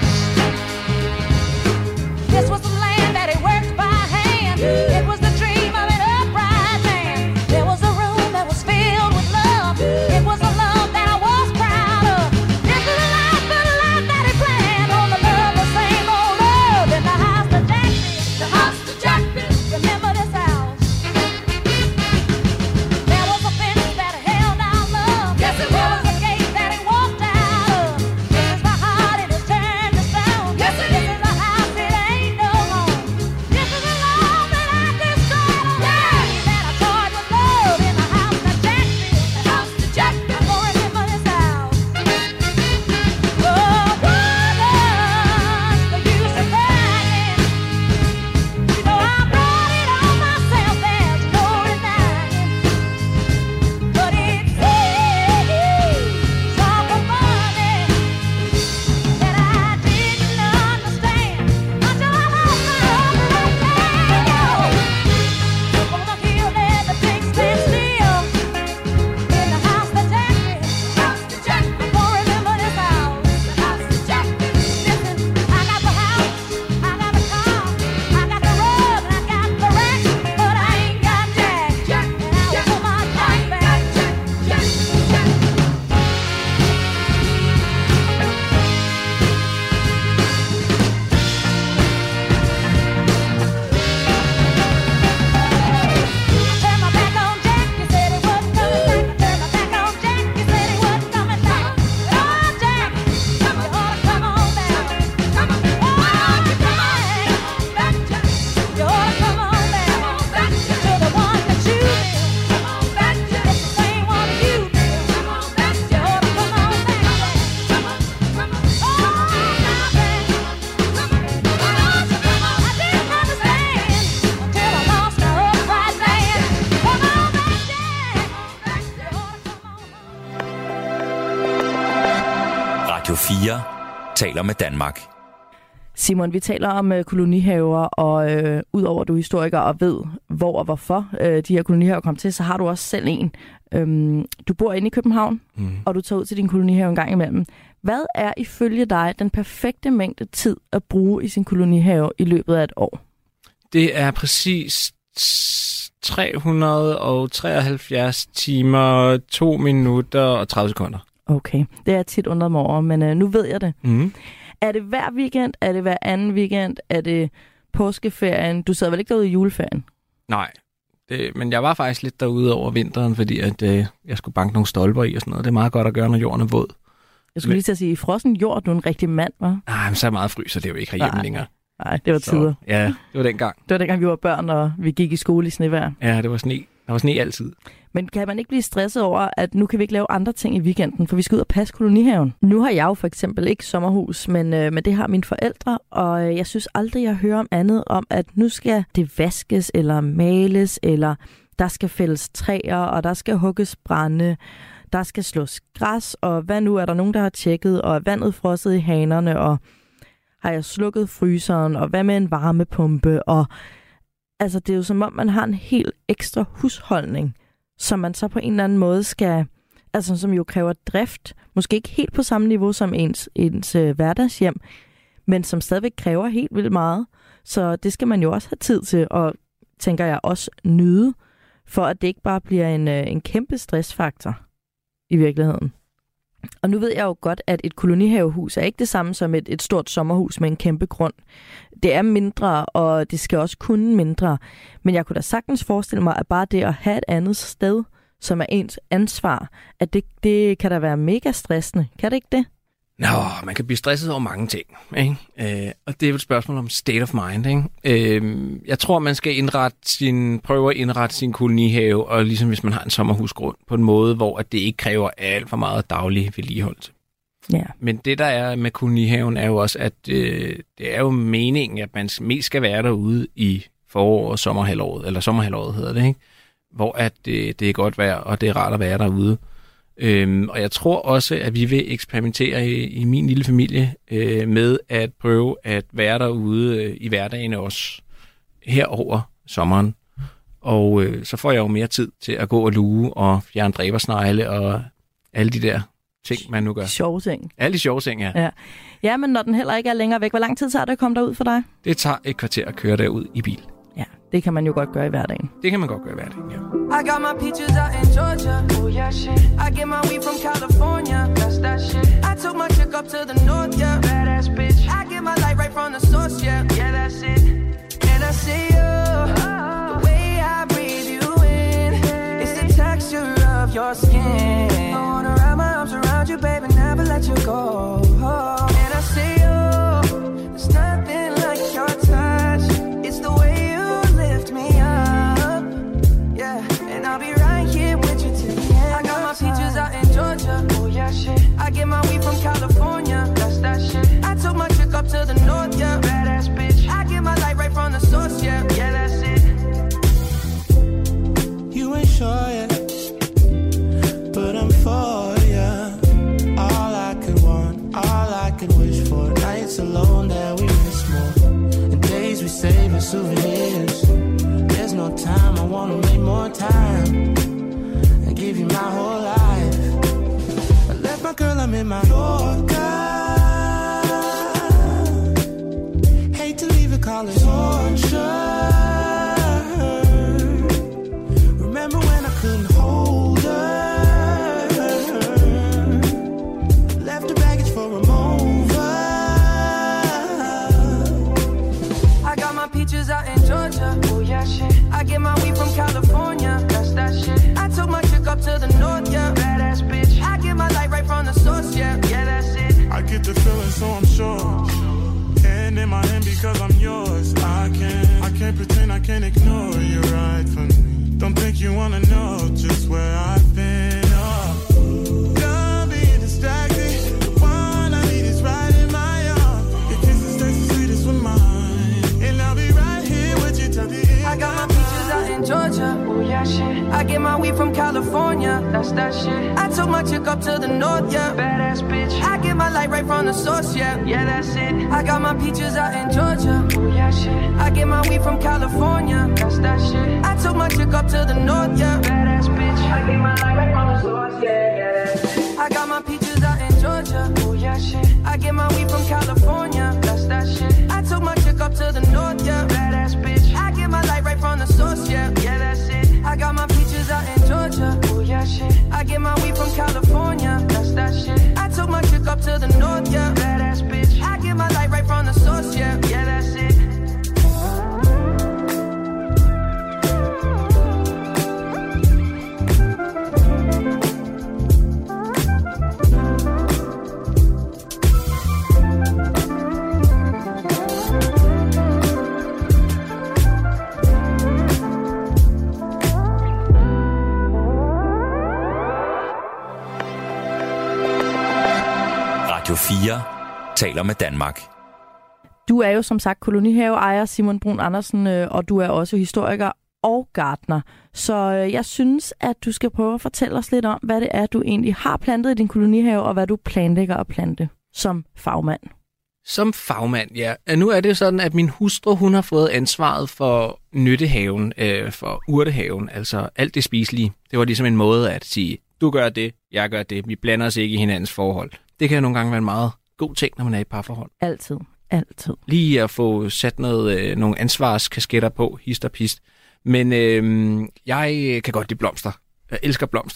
This was the land that he worked by hand. It was the dream of an upright man. There was a room that was filled with love. It was a love that I was proud of. This is the life, the life that he planned. On the love, the same old love. In the house that Jack built. The house that Jack built. Remember this house. There was a fence that held our love. Yes, it was. There was a gate that he walked out of. This is my heart, it is turned to stone. Yes, it is. This is a house, it ain't no home. This is a love that I destroyed on the day that I toyed with love. In the house that Jack built. The house that Jack built. Oh, remember this house. Oh, brothers, the use of crying. You know I brought it on myself, there's no denying. But it seems awful funny that I didn't understand until I lost my upright man. On the hill there the pigs stand still. In the house that Jack built. House that Jack built. Oh, remember this house. The house that Jack built. Listen, I got the house, I got the car, I got the rug, and I got the rack, but I ain't got Jack. Jack, and I will put my Jack back. Jack, Jack, Jack. Turn my back on Jack, you said he wasn't coming back. Turn my back on Jack, you said he wasn't coming back. Oh, Jack, you ought to come on back. Come on, oh, Jack, back, Jack. You ought to come on back, back to the one that you built. Come on back, Jack. It's the same one you built. Come on back, you ought to come on back, Jack. Come on, come on, oh, now, Jack. Come on, oh, come on. I didn't understand until I lost my upright man. Come on back, Jack. Back, you ought to come on.
Radio fire taler med Danmark.
Simon, vi taler om øh, kolonihaver, og øh, udover at du er historiker og ved, hvor og hvorfor øh, de her kolonihaver kom til, så har du også selv en. Øhm, du bor inde i København, mm. og du tager ud til din kolonihave en gang imellem. Hvad er ifølge dig den perfekte mængde tid at bruge i sin kolonihave i løbet af et år?
Det er præcis tre hundrede og treoghalvfjerds timer, to minutter og tredive sekunder.
Okay, det er tit undret mig over, men øh, nu ved jeg det.
Mm.
Er det hver weekend? Er det hver anden weekend? Er det påskeferien? Du sidder vel ikke derude i juleferien?
Nej, det, men jeg var faktisk lidt derude over vinteren, fordi at, øh, jeg skulle banke nogle stolper i og sådan noget. Det er meget godt at gøre, når jorden er våd.
Jeg skulle men... lige til at sige, i frossen jord, du er en rigtig mand, hva'?
Nej, men så meget fryser, det er jo ikke herhjemme længere.
Nej, det var
så,
tider.
Ja, det var dengang.
Det var dengang, vi var børn, og vi gik i skole i snevejr.
Ja, det var sne. Der var sne altid.
Men kan man ikke blive stresset over, at nu kan vi ikke lave andre ting i weekenden, for vi skal ud og passe kolonihaven? Nu har jeg jo for eksempel ikke sommerhus, men, øh, men det har mine forældre, og jeg synes aldrig, jeg hører om andet om, at nu skal det vaskes eller males, eller der skal fældes træer, og der skal hugges brænde, der skal slås græs, og hvad nu er der nogen, der har tjekket, og er vandet frosset i hanerne, og har jeg slukket fryseren, og hvad med en varmepumpe, og altså det er jo som om, man har en helt ekstra husholdning, som man så på en eller anden måde skal, altså som jo kræver drift, måske ikke helt på samme niveau som ens, ens øh, hverdagshjem, men som stadigvæk kræver helt vildt meget. Så det skal man jo også have tid til, og tænker jeg også nyde, for at det ikke bare bliver en, øh, en kæmpe stressfaktor i virkeligheden. Og nu ved jeg jo godt, at et kolonihavehus er ikke det samme som et, et stort sommerhus med en kæmpe grund. Det er mindre, og det skal også kunne mindre. Men jeg kunne da sagtens forestille mig, at bare det at have et andet sted, som er ens ansvar, at det, det kan da være mega stressende. Kan det ikke det?
Nå, man kan blive stresset over mange ting, ikke? Øh, og det er jo et spørgsmål om state of mind, ikke? Øh, jeg tror, man skal indrette sin, prøve at indrette sin kolonihave, og ligesom hvis man har en sommerhusgrund, på en måde, hvor at det ikke kræver alt for meget daglig vedligeholdelse.
Ja.
Men det, der er med kolonihaven, er jo også, at øh, det er jo meningen, at man mest skal være derude i forår- og sommerhalvåret, eller sommerhalvåret hedder det, ikke? Hvor at øh, det er godt vejr, og det er rart at være derude. Øhm, og jeg tror også, at vi vil eksperimentere i, i min lille familie øh, med at prøve at være derude øh, i hverdagen også her over sommeren. Og øh, så får jeg jo mere tid til at gå og luge og fjerne dræbersnegle og alle de der ting, man nu gør.
Sjove ting.
Alle de sjove ting, ja.
ja. Ja, men når den heller ikke er længere væk, hvor lang tid tager det at komme derud for dig?
Det tager et kvarter at køre derud i bil.
Ja, det kan man jo godt gøre i hverdagen.
Det kan man godt gøre i hverdagen, ja.
I got my peaches out in Georgia. Oh yeah, shit. I get my weed from California. That's that shit. I took my chick up to the north, yeah. Badass bitch. I get my light right from the source, yeah. Yeah, that's it. And I see you. The way I breathe you in. It's the texture of your skin. I wanna wrap my arms around you, baby, never let you go. And I see you. There's nothing like your touch. It's the way you lift me up. Yeah, and I'll be right here with you till the end. I got my peaches out in Georgia. Oh yeah, shit. I get my weed from California. That's that shit. I took my chick up to the north, yeah. Badass bitch. I get my light right from the source, yeah. Yeah, that's it.
You ain't sure yet, but I'm for ya. All I could want, all I could wish for. Nights alone that we miss more, and days we save as souvenirs. There's no time, I wanna make more time and give you my whole life. I left my girl, I'm in my Yorker. Hate to leave it, call it torture. Remember when I couldn't hold her? Left her baggage for a mover.
I got my peaches out in Georgia. Oh yeah, shit. I get my weed from California. That's that shit. I took my chick up to the north, yeah. Badass bitch. I get my light right from the source, yeah. Yeah, that's it.
I get the feeling, so I'm sure. And in my hand because I'm yours. I can't, I can't pretend, I can't ignore you right from me. Don't think you wanna know just where I've been. Oh, done being distracted. The one I need is right in my arms. Your kisses taste the sweetest with mine, and I'll be right here with you till the end.
I got my peaches out in Georgia. Oh yeah, shit. I get my weed from California. That's that shit. I took my chick up to the north, yeah. Badass bitch. I get my light right from the source, yeah. Yeah, that's it. I got my peaches out in Georgia. Oh yeah, shit. I get my weed from California. That's that shit. I took my chick up to the north, yeah. Badass bitch. I get my light right from the source, yeah. Yeah, that's it. I got my peaches out in Georgia. Oh yeah, shit. I get my weed from California. That's that shit. I took my chick up to the north, yeah. Badass bitch. I get my light right from the source, yeah. Yeah, that's it. I got my peaches out in Georgia. Oh yeah, shit. I get my weed from California. That's that shit. I took my chick up to the north, yeah. Badass bitch. I get my light right from the source, yeah. Yeah, that's it.
Radio fire taler med Danmark.
Du er jo som sagt kolonihaveejer, Simon Brun Andersen, og du er også historiker og gartner. Så jeg synes, at du skal prøve at fortælle os lidt om, hvad det er, du egentlig har plantet i din kolonihave, og hvad du planlægger at plante som fagmand.
Som fagmand, ja. Nu er det jo sådan, at min hustru, hun har fået ansvaret for nyttehaven, øh, for urtehaven, altså alt det spiselige. Det var ligesom en måde at sige, du gør det, jeg gør det, vi blander os ikke i hinandens forhold. Det kan nogle gange være en meget god ting, når man er i parforhold.
Altid, altid.
Lige at få sat noget, øh, nogle ansvarskasketter på, hist og pist. Men øh, jeg kan godt lide blomster. Jeg elsker blomster.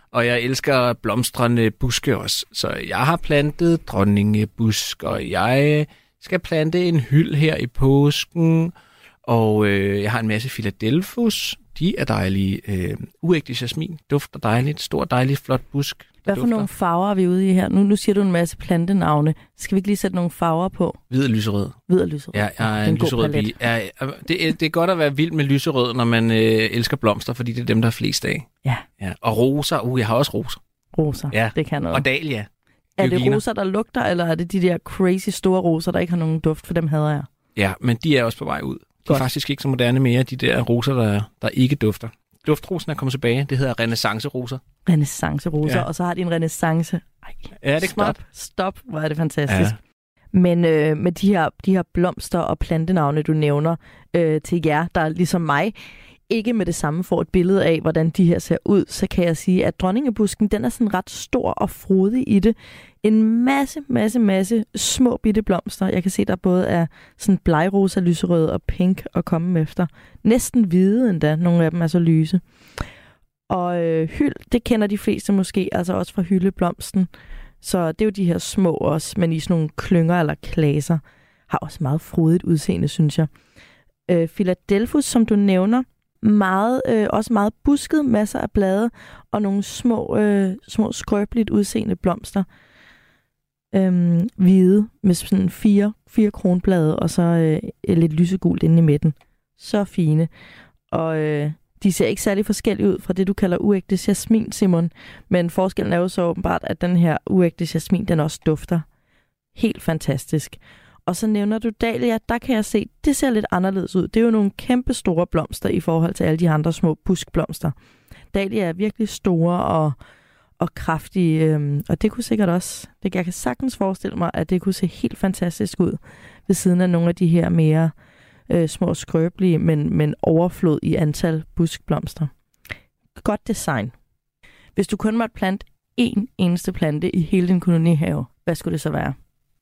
Og jeg elsker blomstrende buske også. Så jeg har plantet dronningebusk, og jeg skal plante en hyld her i påsken. Og øh, jeg har en masse Philadelphus. De er dejlige. Øh, uægte jasmin. Dufter dejligt. Stor, dejlig, flot busk.
Hvad for nogle farver er vi ude i her? Nu, nu siger du en masse plantenavne. Skal vi ikke lige sætte nogle farver på?
Hvid og lyserød.
Hvid og lyserød.
Ja, jeg er en, en lyserød pige. Ja, det, er, det er godt at være vild med lyserød, når man øh, elsker blomster, fordi det er dem, der er flest af.
Ja.
Ja. Og roser. Uh, jeg har også roser.
Roser,
ja.
Det kan noget.
Og dahlia.
Er det
Georginer.
roser, der lugter, eller er det de der crazy store roser, der ikke har nogen duft? For dem hader jeg.
Ja, men de er også på vej ud. De
Godt.
er faktisk ikke så moderne mere, de der roser, der, der ikke dufter. Duftrosen er kommet tilbage. Det hedder renaissanceroser.
Renaissanceroser, ja. Og så har de en renaissance. Ej,
ja, det er smart.
Stop, stop, hvor er det fantastisk. Ja. Men øh, med de her, de her blomster og plantenavne, du nævner øh, til jer, der ligesom mig, ikke med det samme får et billede af, hvordan de her ser ud, så kan jeg sige, at dronningebusken, den er sådan ret stor og frodig i det. En masse, masse, masse små bitte blomster. Jeg kan se, der både er sådan blegrosa, lyserød og pink at komme efter. Næsten hvide endda. Nogle af dem er så lyse. Og øh, hyld, det kender de fleste måske, altså også fra hyldeblomsten. Så det er jo de her små også, men i sådan nogle klynger eller klaser. Har også meget frodigt udseende, synes jeg. Øh, Philadelphus, som du nævner, meget, øh, også meget busket, masser af blade og nogle små, øh, små skrøbeligt udseende blomster. Øhm, hvide med sådan fire, fire kronblade og så øh, lidt lysegult inde i midten. Så fine. Og øh, de ser ikke særlig forskellige ud fra det, du kalder uægte jasmin, Simon. Men forskellen er jo så åbenbart, at den her uægte jasmin, den også dufter helt fantastisk. Og så nævner du dahlia, der kan jeg se, det ser lidt anderledes ud. Det er jo nogle kæmpe store blomster i forhold til alle de andre små buskblomster. Dahlia er virkelig store og, og kraftige, øhm, og det kunne sikkert også, det, jeg kan sagtens forestille mig, at det kunne se helt fantastisk ud ved siden af nogle af de her mere øh, små skrøbelige, men, men overflod i antal buskblomster. Godt design. Hvis du kun måtte plante én eneste plante i hele din kolonihave, hvad skulle det så være?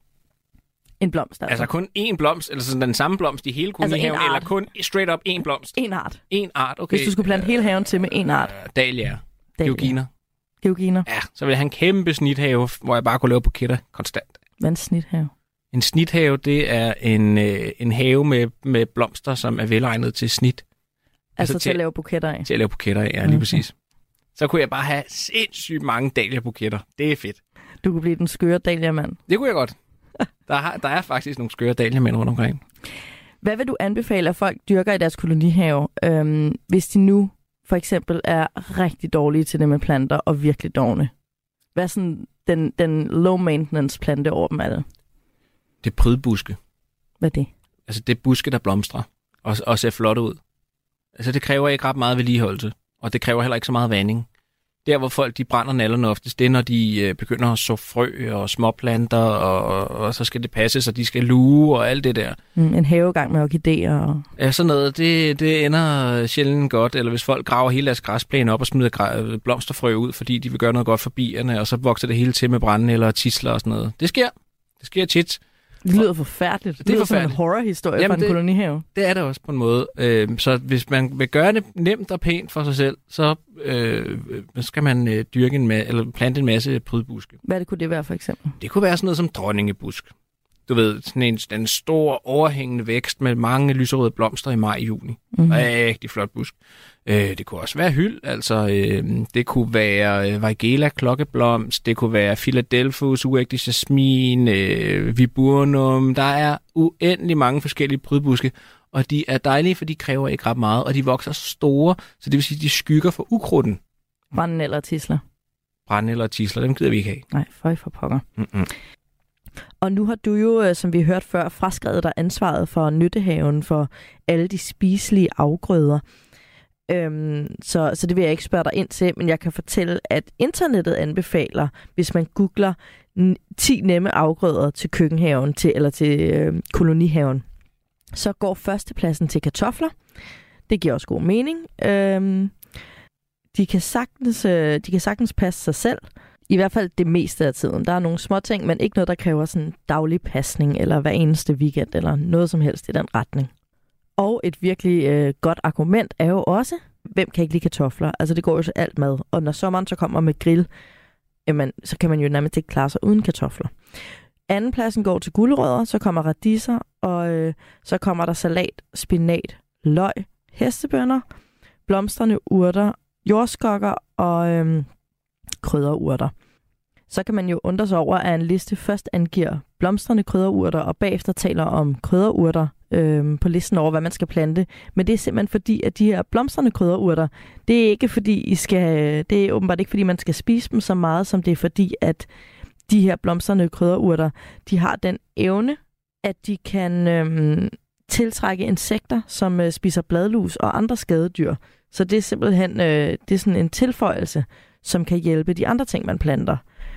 En blomst, altså.
Altså kun én blomst, eller sådan den samme blomst i hele kolonihaven,
altså
eller kun straight up én blomst?
En art.
En art, okay.
Hvis du skulle plante hele haven til med en art.
Uh, dahlia. Georginer.
Georginer.
Ja, så ville jeg have en kæmpe snithave, hvor jeg bare kunne lave buketter konstant.
Hvad er en snithave?
En snithave, det er en, øh, en have med, med blomster, som er velegnet til snit.
Altså, altså til, til at lave buketter af?
Til at lave buketter af, ja, lige okay. Præcis. Så kunne jeg bare have sindssygt mange dahlia-buketter. Det er fedt.
Du kunne blive den skøre dahlia-mand.
Det kunne jeg godt. Der, har, der er faktisk nogle skøre dahlia-mænd rundt omkring.
Hvad vil du anbefale, at folk dyrker i deres kolonihave, øhm, hvis de nu for eksempel er rigtig dårlige til det med planter og virkelig dårne? Hvad er sådan den, den low-maintenance plante over dem er det?
Det er prydbuske.
Hvad er det?
Altså det er buske, der blomstrer og, og ser flot ud. Altså det kræver ikke ret meget vedligeholdelse, og det kræver heller ikke så meget vanding. Der, hvor folk de brænder nallerne oftest, det er, når de øh, begynder at så frø og småplanter, og, og, og så skal det passe, så de skal luge og alt det der.
Mm, en havegang med orkideer. Og...
Ja, sådan noget, det, det ender sjældent godt. Eller hvis folk graver hele deres græsplæne op og smider blomsterfrø ud, fordi de vil gøre noget godt for bierne, og så vokser det hele til med brændenælder og tisler og sådan noget. Det sker. Det sker tit.
Det lyder forfærdeligt. Det, det lyder som en horrorhistorie fra en det, kolonihave.
Det er det også på en måde. Øh, så hvis man vil gøre det nemt og pænt for sig selv, så øh, skal man øh, dyrke en ma- eller plante en masse prydbuske.
Hvad det kunne det være for eksempel?
Det kunne være sådan noget som dronningebusk. Du ved, sådan en, en stor overhængende vækst med mange lyserøde blomster i maj og juni. Mm-hmm. Rigtig flot busk. Øh, det kunne også være hyld, altså øh, det kunne være øh, Weigela klokkeblomst, det kunne være Philadelphus, uægte jasmin, øh, viburnum. Der er uendelig mange forskellige prydbuske, og de er dejlige, for de kræver ikke ret meget, og de vokser store, så det vil sige, at de skygger for ukrudten.
Brændenælder og tisler.
Brændenælder og tisler, dem gider vi ikke have.
Nej, føj for pokker.
Mm-mm.
Og nu har du jo, som vi hørte før, fraskrevet dig ansvaret for nyttehaven for alle de spiselige afgrøder. Øhm, så, så det vil jeg ikke spørge dig ind til, men jeg kan fortælle, at internettet anbefaler, hvis man googler ti nemme afgrøder til køkkenhaven til, eller til øh, kolonihaven, så går førstepladsen til kartofler. Det giver også god mening. Øhm, de, kan sagtens, øh, de kan sagtens passe sig selv. I hvert fald det meste af tiden. Der er nogle små ting, men ikke noget, der kræver sådan daglig pasning, eller hver eneste weekend, eller noget som helst i den retning. Og et virkelig øh, godt argument er jo også, hvem kan ikke lide kartofler? Altså det går jo til alt mad. Og når sommeren så kommer med grill, jamen, så kan man jo nærmest ikke klare sig uden kartofler. Andenpladsen går til gulerødder, så kommer radiser, og øh, så kommer der salat, spinat, løg, hestebønner, blomstrende urter, jordskokker og øh, krydderurter. Så kan man jo undre sig over, at en liste først angiver blomstrende krydderurter, og bagefter taler om krydderurter øh, på listen over, hvad man skal plante. Men det er simpelthen fordi, at de her blomstrende krydderurter, det er ikke fordi, I skal, det er åbenbart ikke fordi, man skal spise dem så meget, som det er fordi, at de her blomstrende krydderurter, de har den evne, at de kan øh, tiltrække insekter, som øh, spiser bladlus og andre skadedyr. Så det er simpelthen øh, det er sådan en tilføjelse, som kan hjælpe de andre ting, man planter.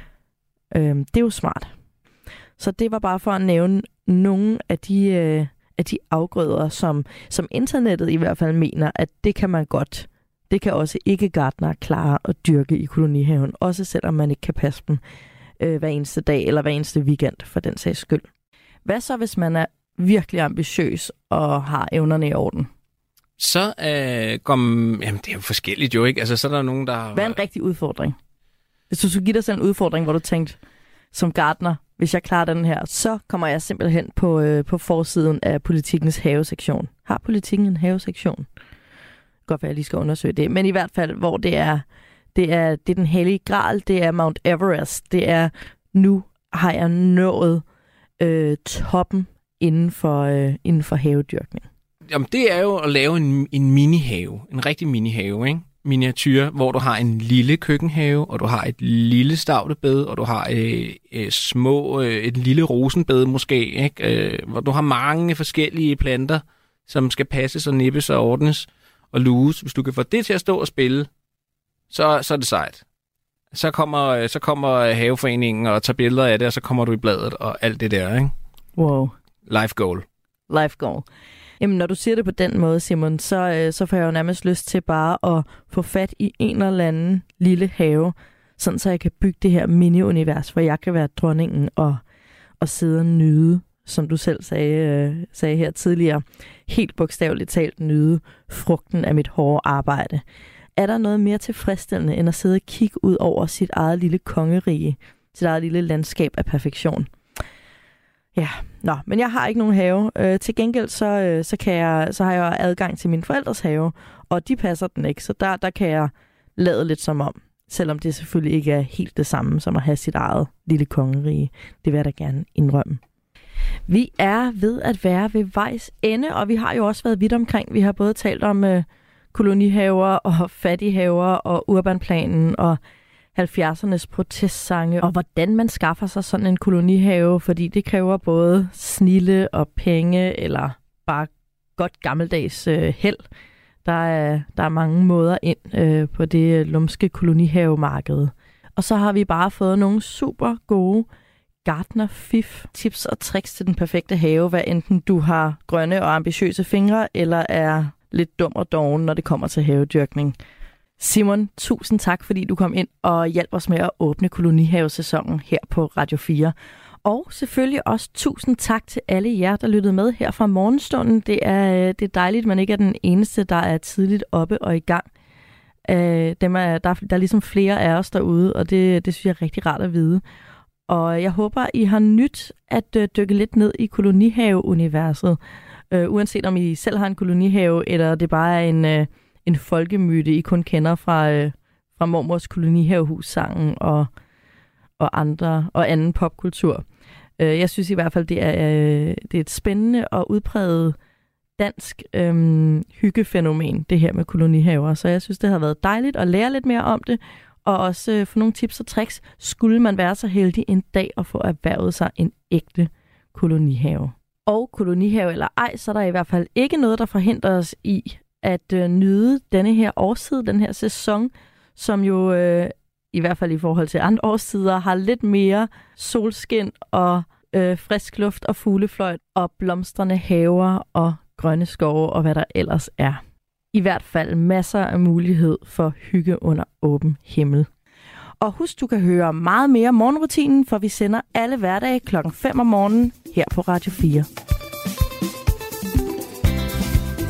Øh, det er jo smart. Så det var bare for at nævne nogle af de, øh, af de afgrøder, som, som internettet i hvert fald mener, at det kan man godt. Det kan også ikke-gartnere klare at dyrke i kolonihaven, også selvom man ikke kan passe dem øh, hver eneste dag eller hver eneste weekend, for den sags skyld. Hvad så, hvis man er virkelig ambitiøs og har evnerne i orden?
Så øh, går jamen, det er jo forskelligt jo, ikke? Altså, så er der nogen, der...
Hvad er en rigtig udfordring? Hvis du skulle give dig selv en udfordring, hvor du tænkte, som gartner, hvis jeg klarer den her, så kommer jeg simpelthen på, øh, på forsiden af Politikens havesektion. Har Politikken en havesektion? Godt være, jeg lige skal undersøge det. Men i hvert fald, hvor det er, det er, det er den hellige gral, det er Mount Everest. Det er, nu har jeg nået øh, toppen inden for, øh, inden for havedyrkning.
Jamen, det er jo at lave en, en minihave. En rigtig minihave, ikke? Miniatyr, hvor du har en lille køkkenhave, og du har et lille stavtebed, og du har øh, øh, små, øh, et lille rosenbed måske, ikke? Øh, hvor du har mange forskellige planter, som skal passes og nippes og ordnes og luges. Hvis du kan få det til at stå og spille, så, så er det sejt. Så kommer, så kommer haveforeningen og tager billeder af det, og så kommer du i bladet og alt det der, ikke?
Wow.
Life goal.
Life goal. Jamen, når du siger det på den måde, Simon, så, øh, så får jeg jo nærmest lyst til bare at få fat i en eller anden lille have, sådan så jeg kan bygge det her mini-univers, hvor jeg kan være dronningen og, og sidde og nyde, som du selv sagde, øh, sagde her tidligere, helt bogstaveligt talt nyde frugten af mit hårde arbejde. Er der noget mere tilfredsstillende, end at sidde og kigge ud over sit eget lille kongerige, sit eget lille landskab af perfektion? Ja, nå, men jeg har ikke nogen have. Øh, til gengæld så, øh, så, kan jeg, så har jeg adgang til mine forældres have, og de passer den ikke, så der, der kan jeg lade lidt som om, selvom det selvfølgelig ikke er helt det samme som at have sit eget lille kongerige. Det vil jeg da gerne indrømme. Vi er ved at være ved vejs ende, og vi har jo også været vidt omkring. Vi har både talt om øh, kolonihaver og fattighaver og urbanplanen og halvfjerdsernes protestsange, og hvordan man skaffer sig sådan en kolonihave, fordi det kræver både snilde og penge, eller bare godt gammeldags øh, held. Der er, der er mange måder ind øh, på det lumske kolonihavemarked. Og så har vi bare fået nogle super gode gartner-fif, tips og tricks til den perfekte have, hvad enten du har grønne og ambitiøse fingre, eller er lidt dum og doven, når det kommer til havedyrkning. Simon, tusind tak, fordi du kom ind og hjalp os med at åbne kolonihavesæsonen her på Radio fire. Og selvfølgelig også tusind tak til alle jer, der lyttede med her fra morgenstunden. Det er, det er dejligt, at man ikke er den eneste, der er tidligt oppe og i gang. Øh, dem er, der, der er ligesom flere af os derude, og det, det synes jeg er rigtig rart at vide. Og jeg håber, I har nyt at øh, dykke lidt ned i kolonihave-universet. Øh, uanset om I selv har en kolonihave, eller det bare er en... Øh, en folkemyte, I kun kender fra, øh, fra mormors kolonihavehus-sangen og, og, andre, og anden popkultur. Øh, jeg synes i hvert fald, det er, øh, det er et spændende og udpræget dansk øh, hyggefænomen, det her med kolonihaver. Så jeg synes, det har været dejligt at lære lidt mere om det, og også øh, få nogle tips og tricks, skulle man være så heldig en dag at få erhvervet sig en ægte kolonihave. Og kolonihave eller ej, så er der i hvert fald ikke noget, der forhindrer os i at øh, nyde denne her årstid, den her sæson, som jo øh, i hvert fald i forhold til andre årstider har lidt mere solskin og øh, frisk luft og fuglefløjt og blomstrende haver og grønne skove og hvad der ellers er. I hvert fald masser af mulighed for hygge under åben himmel. Og husk, du kan høre meget mere morgenrutinen, for vi sender alle hverdage klokken fem om morgenen her på Radio fire.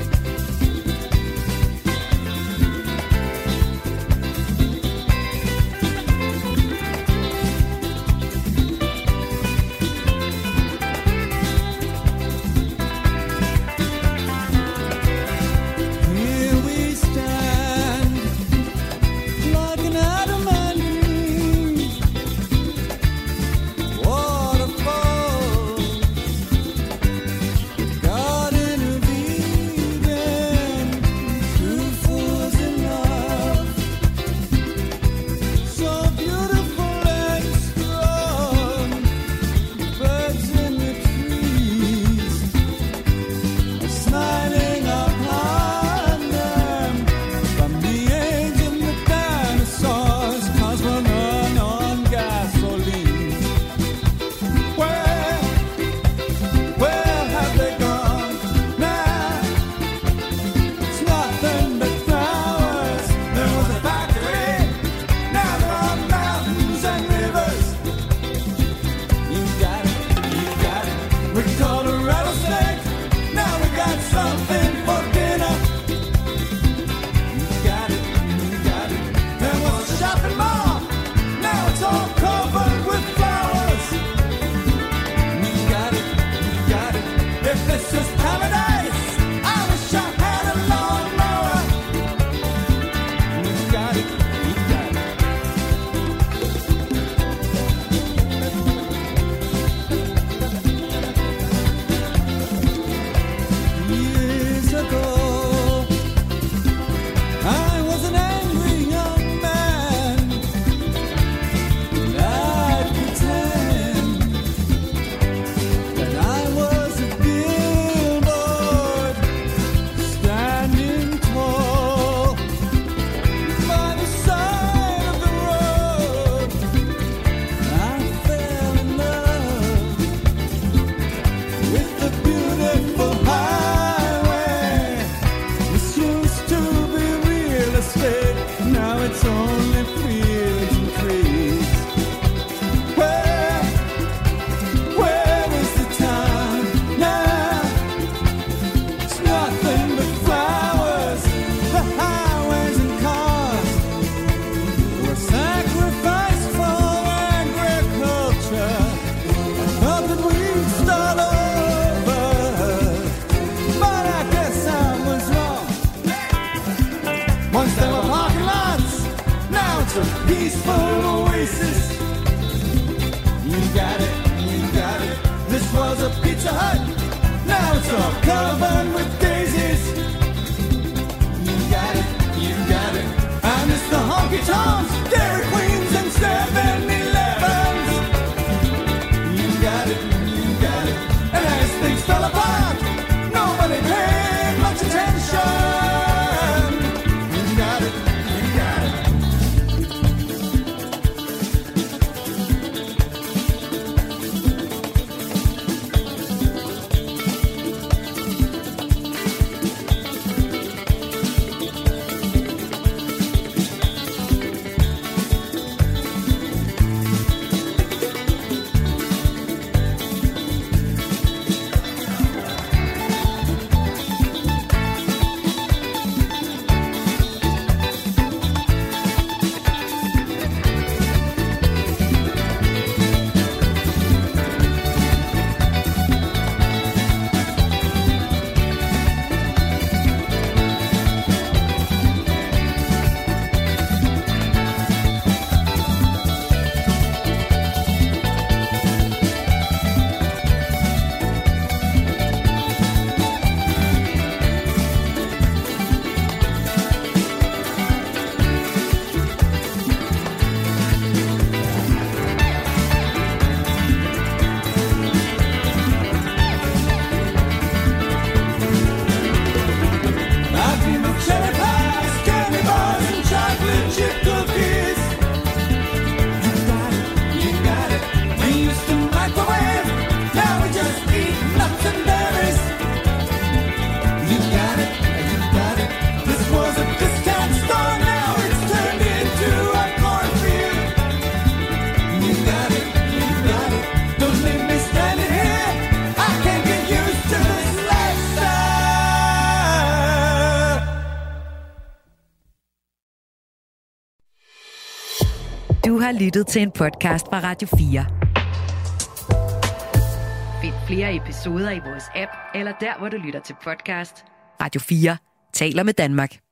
it's only fields and trees. Where, where is the town now? It's nothing but flowers, the highways and cars were sacrificed for agriculture. I thought that we'd start over, but I guess I was wrong. Once there were parking lots, now it's a peaceful oasis. You got it, you got it. This was a Pizza Hut, now it's all covered with daisies. You got it, you got it. I miss the honky tonks, Dairy Queens, and seven elevens. You got it, you got it. And as things fell apart, nobody paid much attention. You got it, you got it. I dream of cherry pies, candy bars, and chocolate chip cookies. You got it, you got it. We used to microwave, now we just eat nuts and berries. You got it, you got it. This was a discount store, now it's turned into a cornfield. You got it, you got it. Don't leave me standing here. I can't get used to this lifestyle.
Du har lyttet til en podcast fra Radio fire. Find flere episoder i vores app, eller der, hvor du lytter til podcast. Radio fire taler med Danmark.